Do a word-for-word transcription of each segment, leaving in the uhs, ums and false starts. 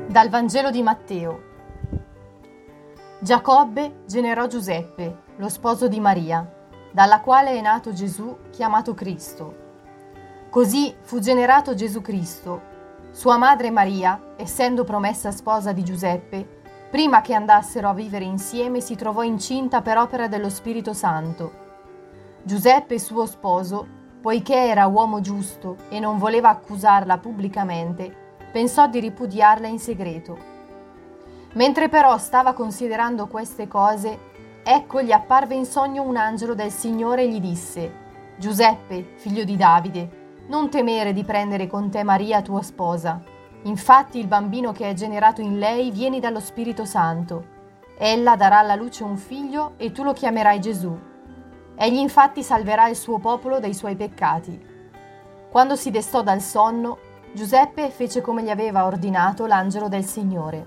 Dal Vangelo di Matteo. Giacobbe generò Giuseppe, lo sposo di Maria, dalla quale è nato Gesù, chiamato Cristo. Così fu generato Gesù Cristo. Sua madre Maria, essendo promessa sposa di Giuseppe, prima che andassero a vivere insieme, si trovò incinta per opera dello Spirito Santo. Giuseppe, suo sposo, poiché era uomo giusto e non voleva accusarla pubblicamente, pensò di ripudiarla in segreto. Mentre però stava considerando queste cose, ecco gli apparve in sogno un angelo del Signore e gli disse: Giuseppe, figlio di Davide, non temere di prendere con te Maria tua sposa. Infatti il bambino che è generato in lei viene dallo Spirito Santo. Ella darà alla luce un figlio e tu lo chiamerai Gesù. Egli infatti salverà il suo popolo dai suoi peccati. Quando si destò dal sonno, Giuseppe fece come gli aveva ordinato l'angelo del Signore.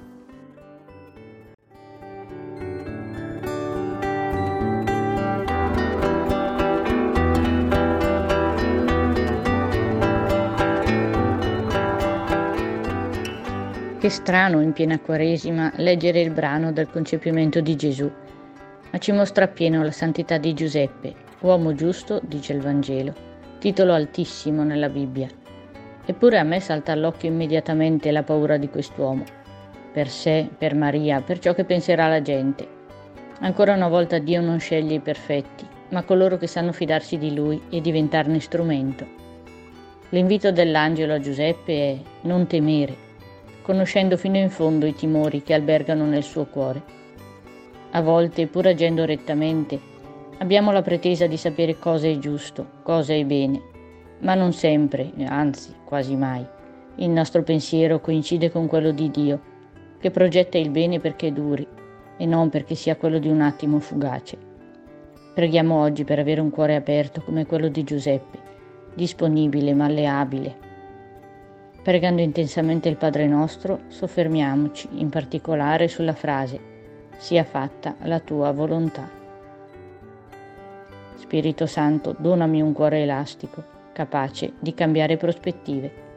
Che strano in piena Quaresima leggere il brano del concepimento di Gesù, ma ci mostra appieno la santità di Giuseppe, uomo giusto, dice il Vangelo, titolo altissimo nella Bibbia. Eppure a me salta all'occhio immediatamente la paura di quest'uomo, per sé, per Maria, per ciò che penserà la gente. Ancora una volta Dio non sceglie i perfetti, ma coloro che sanno fidarsi di Lui e diventarne strumento. L'invito dell'angelo a Giuseppe è non temere, conoscendo fino in fondo i timori che albergano nel suo cuore. A volte, pur agendo rettamente, abbiamo la pretesa di sapere cosa è giusto, cosa è bene, ma non sempre, anzi quasi mai, il nostro pensiero coincide con quello di Dio, che progetta il bene perché duri e non perché sia quello di un attimo fugace. Preghiamo oggi per avere un cuore aperto come quello di Giuseppe, disponibile, malleabile. Pregando intensamente il Padre nostro, soffermiamoci in particolare sulla frase: sia fatta la tua volontà. Spirito Santo, donami un cuore elastico, capace di cambiare prospettive.